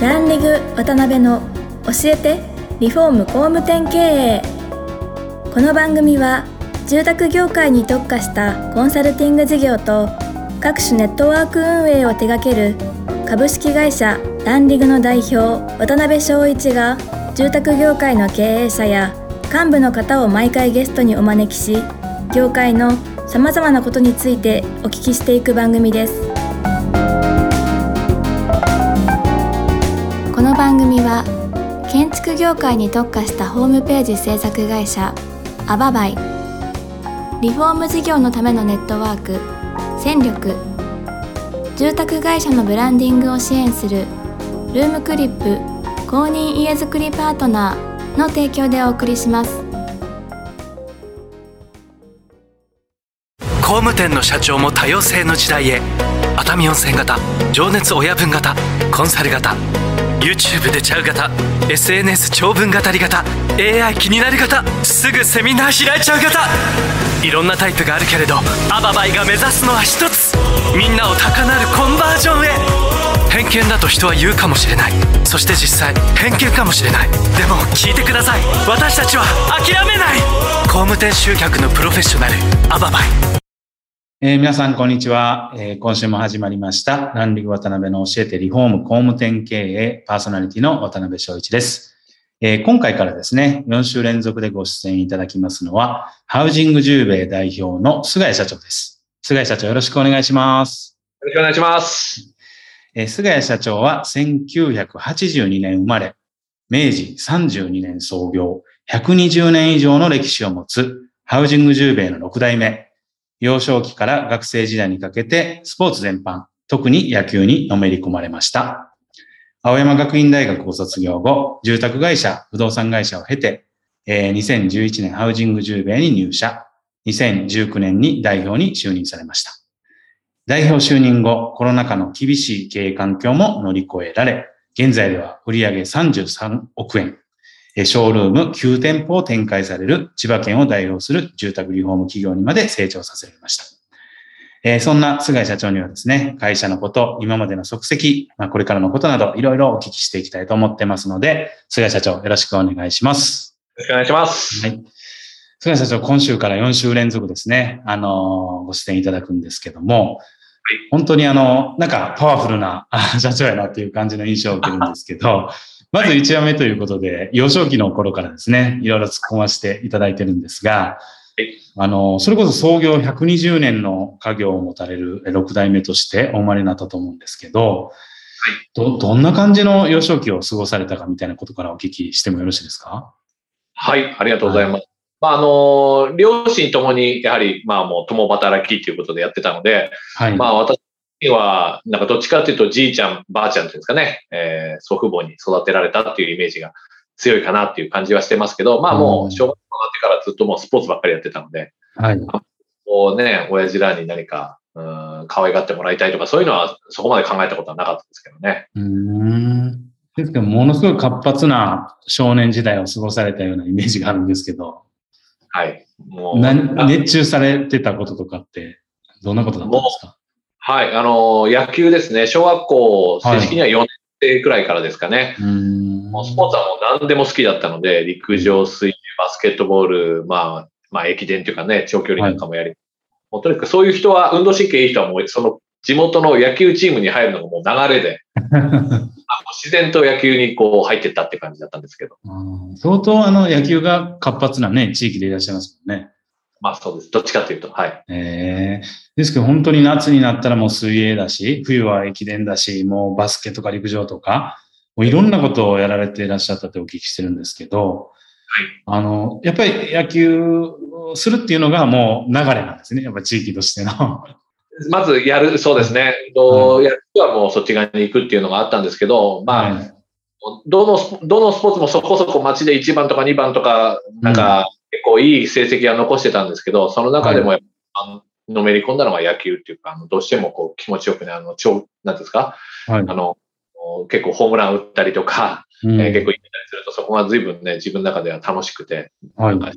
ランリグ渡辺の教えてリフォーム工務店経営。この番組は住宅業界に特化したコンサルティング事業と各種ネットワーク運営を手掛ける株式会社ランリグの代表渡辺翔一が住宅業界の経営者や幹部の方を毎回ゲストにお招きし、業界のさまざまなことについてお聞きしていく番組です。この番組は建築業界に特化したホームページ制作会社アババイ、リフォーム事業のためのネットワーク戦力、住宅会社のブランディングを支援するルームクリップ公認家づくりパートナーの提供でお送りします。 工務店の社長も多様性の時代へ。熱海温泉型、情熱親分型、コンサル型、 YouTube 出ちゃう型、 SNS 長文語り型、 AI 気になる型、すぐセミナー開いちゃう型、いろんなタイプがあるけれどアババイが目指すのは一つ、みんなを高鳴るコンバージョンへ。偏見だと人は言うかもしれない。そして実際偏見かもしれない。でも聞いてください、私たちは諦めない。工務店集客のプロフェッショナルアババイ。 皆さんこんにちは。今週も始まりましたランリグ渡辺の教えてリフォーム工務店経営、パーソナリティの渡辺翔一です。今回からですね、4週連続でご出演いただきますのはハウジング10米代表の菅谷社長です。菅谷社長、よろしくお願いします。 よろしくお願いします。 菅谷社長は1982年生まれ、明治32年創業、120年以上の歴史を持つハウジング10米の6代目。幼少期から学生時代にかけてスポーツ全般、特に野球にのめり込まれました。青山学院大学を卒業後、住宅会社、不動産会社を経て、2011年ハウジング10米に入社、2019年に代表に就任されました。代表就任後、コロナ禍の厳しい経営環境も乗り越えられ、現在では売上33億円、ショールーム9店舗を展開される千葉県を代表する住宅リフォーム企業にまで成長させられました。そんな菅井社長にはですね、会社のこと、今までの足跡、これからのことなどいろいろお聞きしていきたいと思ってますので、菅井社長よろしくお願いします。 よろしくお願いします。 はい。菅井社長、今週から4週連続ですね、ご出演いただくんですけども、本当になんかパワフルな社長やなっていう感じの印象を受けるんですけど、まず1話目ということで、幼少期の頃からですね、いろいろ突っ込ませていただいてるんですが、それこそ創業120年の家業を持たれる6代目としてお生まれになったと思うんですけど、どんな感じの幼少期を過ごされたかみたいなことからお聞きしてもよろしいですか？ はい、ありがとうございます。両親ともにやはり、もう共働きということでやってたので、はい、私は、なんかどっちかというとじいちゃん、ばあちゃんっていうんですかね、祖父母に育てられたっていうイメージが強いかなっていう感じはしてますけど、もう小学校になってからずっともうスポーツばっかりやってたので、はい、もうね、親父らに何か、可愛がってもらいたいとか、そういうのはそこまで考えたことはなかったですけどね。 ですけど、ものすごい活発な少年時代を過ごされたようなイメージがあるんですけど、 はい。 もう熱中されてたこととかって、どんなことだったんですか？ はい、野球ですね。小学校、正式には4年生くらいからですかね。もうスポーツはもう何でも好きだったので、陸上、水泳、バスケットボール、駅伝というかね、長距離なんかもやり、もうとにかくそういう人は、運動神経いい人はもう、その地元の野球チームに入るのがもう流れで、自然と野球にこう入ってったって感じだったんですけど。 相当野球が活発なね、地域でいらっしゃいますもんね。 そうです。どっちかというと、はい。 ですけど本当に夏になったらもう水泳だし、冬は駅伝だし、もうバスケとか陸上とか、もういろんなことをやられていらっしゃったってお聞きしてるんですけど、はい。やっぱり野球するっていうのがもう流れなんですね。やっぱり地域としての。 まずやる、そうですね。野球はもうそっち側に行くっていうのがあったんですけど、どのスポーツもそこそこ街で1番とか2番とか、なんか結構いい成績は残してたんですけど、その中でものめり込んだのが野球っていうか、どうしてもこう気持ちよくね、なんですか、結構ホームラン打ったりとか、結構行ったりすると、そこが随分ね、自分の中では楽しくて、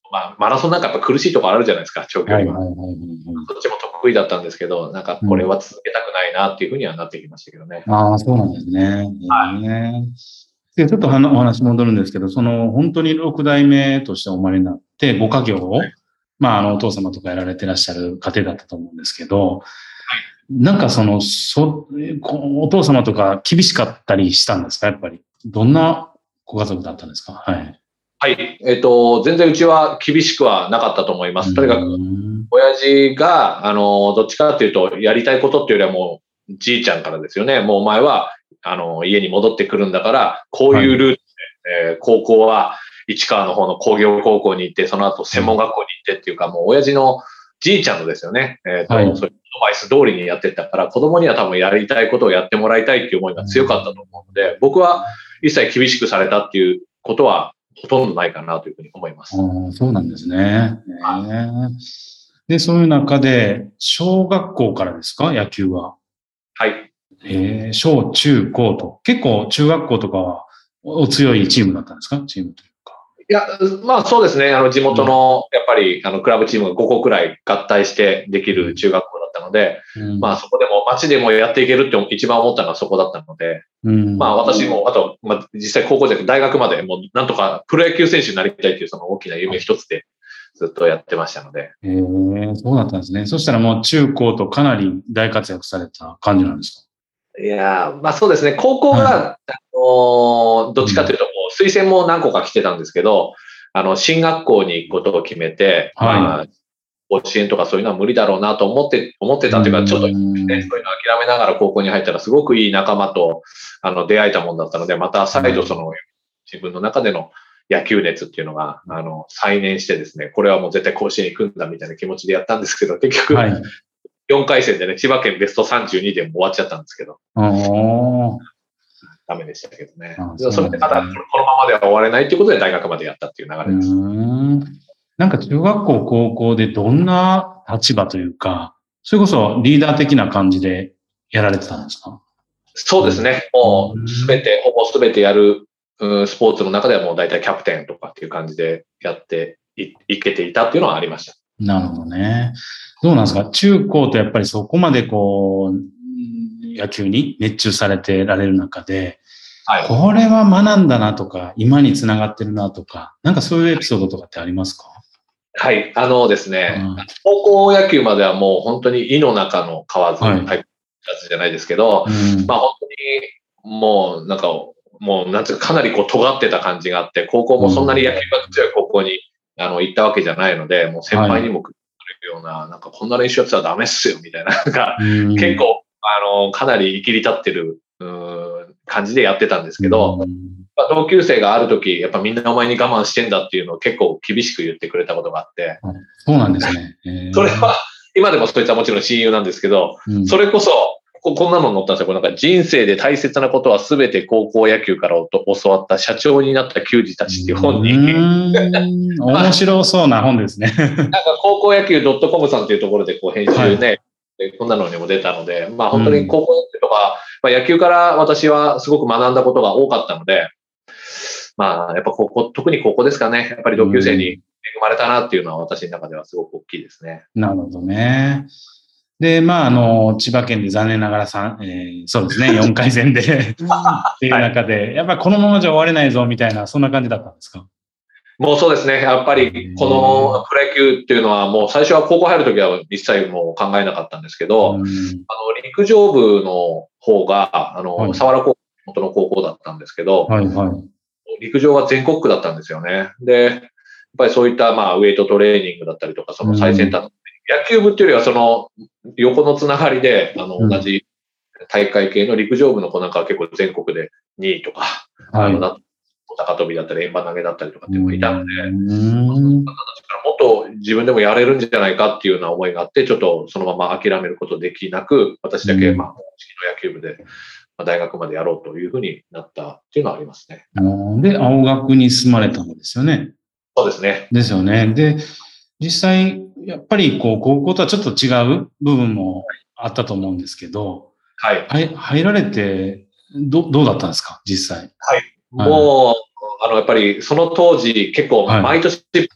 マラソンなんかやっぱ苦しいところあるじゃないですか、長距離は。そっちも得意だったんですけど、なんかこれは続けたくないなっていうふうにはなってきましたけどね。 そうなんですね。で、ちょっとお話戻るんですけど、本当に6代目としてお生まれになって、ご家業を、お父様とかやられてらっしゃる家庭だったと思うんですけど、なんかお父様とか厳しかったりしたんですか、やっぱり。どんなご家族だったんですか？はい。 はい。全然うちは厳しくはなかったと思います。とにかく、親父が、どっちかっていうと、やりたいことっていうよりはもう、じいちゃんからですよね。もうお前は、家に戻ってくるんだから、こういうルートで、高校は市川の方の工業高校に行って、その後専門学校に行ってっていうか、もう親父のじいちゃんのですよね。そういうアドバイス通りにやってったから、子供には多分やりたいことをやってもらいたいっていう思いが強かったと思うので、僕は一切厳しくされたっていうことは、ほとんどないかなというふうに思います。 そうなんですね。で、そういう中で、小学校からですか、野球は。 はい。 小中高と。結構中学校とかはお強いチームだったんですか、チームというか。 いや、そうですね。地元の、やっぱり、クラブチームが5個くらい合体してできる中学校だったので、そこでも街でもやっていけるって一番思ったのはそこだったので、私も、あと、実際高校じゃなくて大学までもうなんとかプロ野球選手になりたいというその大きな夢一つでずっとやってましたので。 そうだったんですね。そしたらもう中高とかなり大活躍された感じなんですか？ いや、そうですね。高校が、どっちかというと、推薦も何個か来てたんですけど、進学校に行くことを決めて、教えとかそういうのは無理だろうなと思ってたというか、ちょっと、そういうのを諦めながら高校に入ったらすごくいい仲間と、出会えたもんだったので、また再度自分の中での野球熱っていうのが、再燃してですね、これはもう絶対甲子園行くんだみたいな気持ちでやったんですけど、結局、4回戦でね、千葉県ベスト32でも終わっちゃったんですけど。ダメでしたけどね。それでまだこのままでは終われないということで大学までやったっていう流れです。 なんか中学校、高校でどんな立場というか、それこそリーダー的な感じでやられてたんですか？ そうですね。もうほぼすべてやるスポーツの中ではもう大体キャプテンとかっていう感じでやっていけていたっていうのはありました。 なるほどね。どうなんですか？中高とやっぱりそこまで野球に熱中されてられる中で、これは学んだなとか、今につながってるなとか、なんかそういうエピソードとかってありますか？ はい。ですね、高校野球まではもう本当に井の中の蛙タイプじゃないですけど、本当にもうなんかかなり尖ってた感じがあって、高校もそんなに野球が強い高校に行ったわけじゃないので、もう先輩にも来るような、なんかこんな練習やってたらダメっすよみたいな、なんか結構かなり生きり立ってる感じでやってたんですけど、同級生がある時、やっぱみんなお前に我慢してんだっていうのを結構厳しく言ってくれたことがあって。 そうなんですね。 それは、今でもそいつはもちろん親友なんですけど、それこそ、こんなの載ったんですよ。なんか人生で大切なことは全て高校野球から教わった社長になった球児たちっていう本に。 面白そうな本ですね。 なんか高校野球 .com さんっていうところで編集ね、こんなのにも出たので、本当に高校野球とか、野球から私はすごく学んだことが多かったので、やっぱ特に高校ですかね。やっぱり同級生に恵まれたなっていうのは私の中ではすごく大きいですね。 なるほどね。で、千葉県で残念ながらそうですね、4回戦でっていう中で、やっぱりこのままじゃ終われないぞみたいな、そんな感じだったんですか？ もうそうですね。やっぱりこのプロ野球っていうのはもう最初は高校入るときは一切もう考えなかったんですけど、陸上部の方が、佐原高校元の高校だったんですけど、陸上は全国区だったんですよね。で、やっぱりそういったウェイトトレーニングだったりとか、その最先端の野球部っていうよりはその横のつながりで、同じ大会系の陸上部の子なんかは結構全国で2位とか、高跳びだったり、円盤投げだったりとかっていうのがいたので、もっと自分でもやれるんじゃないかっていうような思いがあって、ちょっとそのまま諦めることできなく、私だけ、公式の野球部で、大学までやろうというふうになったっていうのはありますね。 で、青学に住まれたんですよね。 そうですね。 ですよね。で、実際、やっぱり高校とはちょっと違う部分もあったと思うんですけど、入られてどうだったんですか、実際。 もう、やっぱりその当時結構毎年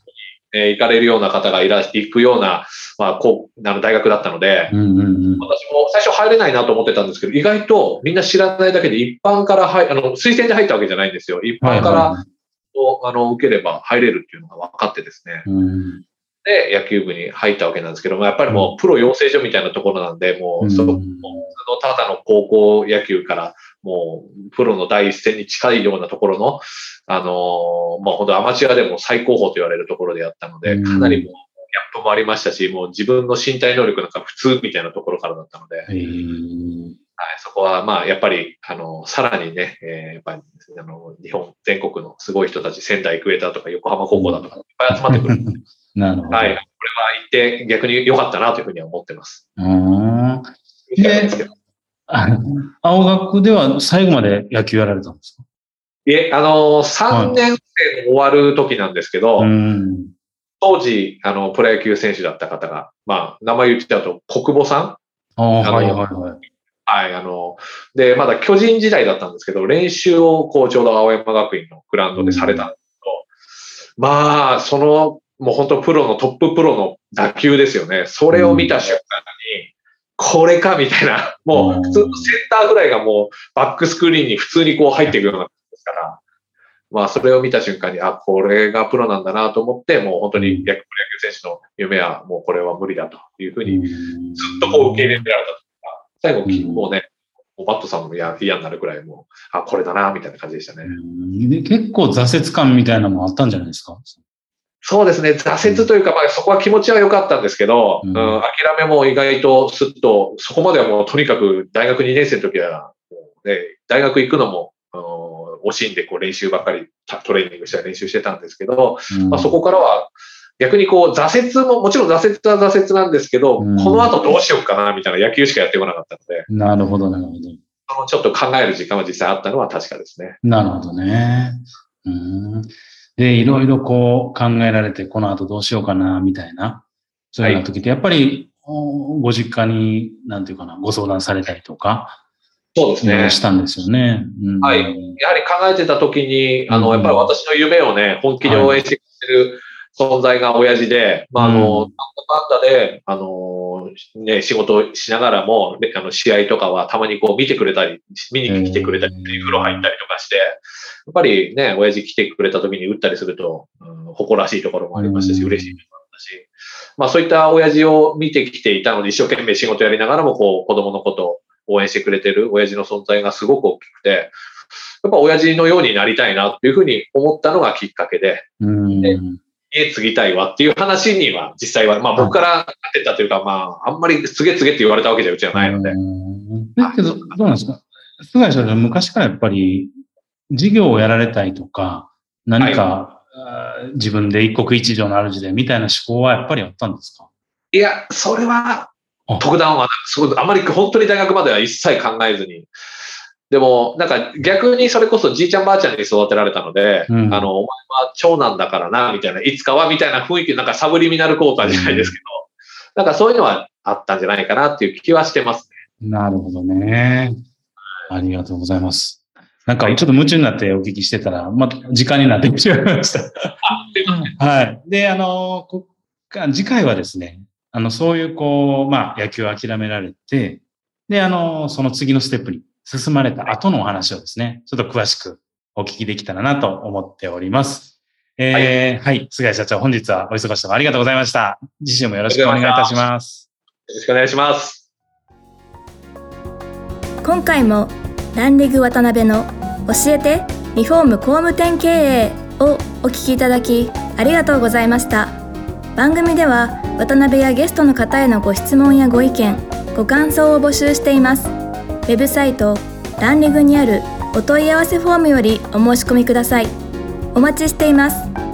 行かれるような方が行くような、大学だったので、私も最初入れないなと思ってたんですけど、意外とみんな知らないだけで一般から推薦で入ったわけじゃないんですよ。一般から受ければ入れるっていうのが分かってですね。で、野球部に入ったわけなんですけども、やっぱりもうプロ養成所みたいなところなんで、もうただの高校野球から、もうプロの第一線に近いようなところの、本当アマチュアでも最高峰と言われるところでやったので、かなりもうギャップもありましたし、もう自分の身体能力なんか普通みたいなところからだったので、そこはやっぱり、さらにね、やっぱり、日本全国のすごい人たち、仙台育英だとか横浜高校だとかいっぱい集まってくる。 なるほど。 はい。これは行って逆に良かったなというふうには思ってます。 青学では最後まで野球やられたんですか？ いえ、3年生の終わる時なんですけど、当時、プロ野球選手だった方が、名前言っちゃうと、国母さん。で、まだ巨人時代だったんですけど、練習をちょうど青山学院のグラウンドでされたんですけど、もう本当トッププロの打球ですよね。それを見た瞬間に、これかみたいな、もう普通のセンターぐらいがもうバックスクリーンに普通に入っていくようなですから、それを見た瞬間に、これがプロなんだなと思って、もう本当にプロ野球選手の夢はもうこれは無理だというふうに、ずっと受け入れられたというか、最後、もうね、バットさんも嫌になるくらいもう、これだなみたいな感じでしたね。 結構挫折感みたいなのもあったんじゃないですか？ そうですね。挫折というか、そこは気持ちは良かったんですけど、諦めも意外とスッと、そこまではもうとにかく大学2年生の時は、大学行くのも、惜しんで練習ばっかりトレーニングしたり練習してたんですけど、そこからは逆に挫折も、もちろん挫折は挫折なんですけど、この後どうしようかなみたいな野球しかやってこなかったので。 なるほど、なるほど。 ちょっと考える時間は実際あったのは確かですね。 なるほどね。で、いろいろ考えられて、この後どうしようかな、みたいな、そういうような時って、やっぱり、ご実家に、なんていうかな、ご相談されたりとか、 そうですね。 したんですよね。 はい。やはり考えてた時に、やっぱり私の夢をね、本気で応援してくれる存在が親父で、なんだかんだで、仕事をしながらも、試合とかはたまに見てくれたり、見に来てくれたり、風呂入ったりとかして、やっぱりね、親父来てくれた時に打ったりすると、誇らしいところもありましたし、嬉しいところもあったし、そういった親父を見てきていたので、一生懸命仕事やりながらも、子供のことを応援してくれてる親父の存在がすごく大きくて、やっぱ親父のようになりたいなっていうふうに思ったのがきっかけで、家継ぎたいわっていう話には実際は、僕から当てたというか、あんまり継げって言われたわけじゃうちはないので。 だけど、どうなんですか？菅井社長、昔からやっぱり事業をやられたいとか、何か、自分で一国一城の主でみたいな思考はやっぱりあったんですか？ いや、それは、特段は、あまり本当に大学までは一切考えずに。でも、逆にそれこそじいちゃんばあちゃんに育てられたので、お前は長男だからな、みたいな、いつかはみたいな雰囲気、サブリミナル効果じゃないですけど、そういうのはあったんじゃないかなっていう気はしてますね。なるほどね。ありがとうございます。ちょっと夢中になってお聞きしてたら、時間になってしまいました。はい。で、次回はですね、そういう野球を諦められて、で、その次のステップに進まれた後のお話をですね、ちょっと詳しくお聞きできたらなと思っております。はい。菅井社長、本日はお忙しいところありがとうございました。次週もよろしくお願いいたします。 よろしくお願いします。 今回もランリグ渡辺の教えてリフォーム工務店経営をお聞きいただきありがとうございました。番組では渡辺やゲストの方へのご質問やご意見、ご感想を募集しています。ウェブサイトランリグにあるお問い合わせフォームよりお申し込みください。お待ちしています。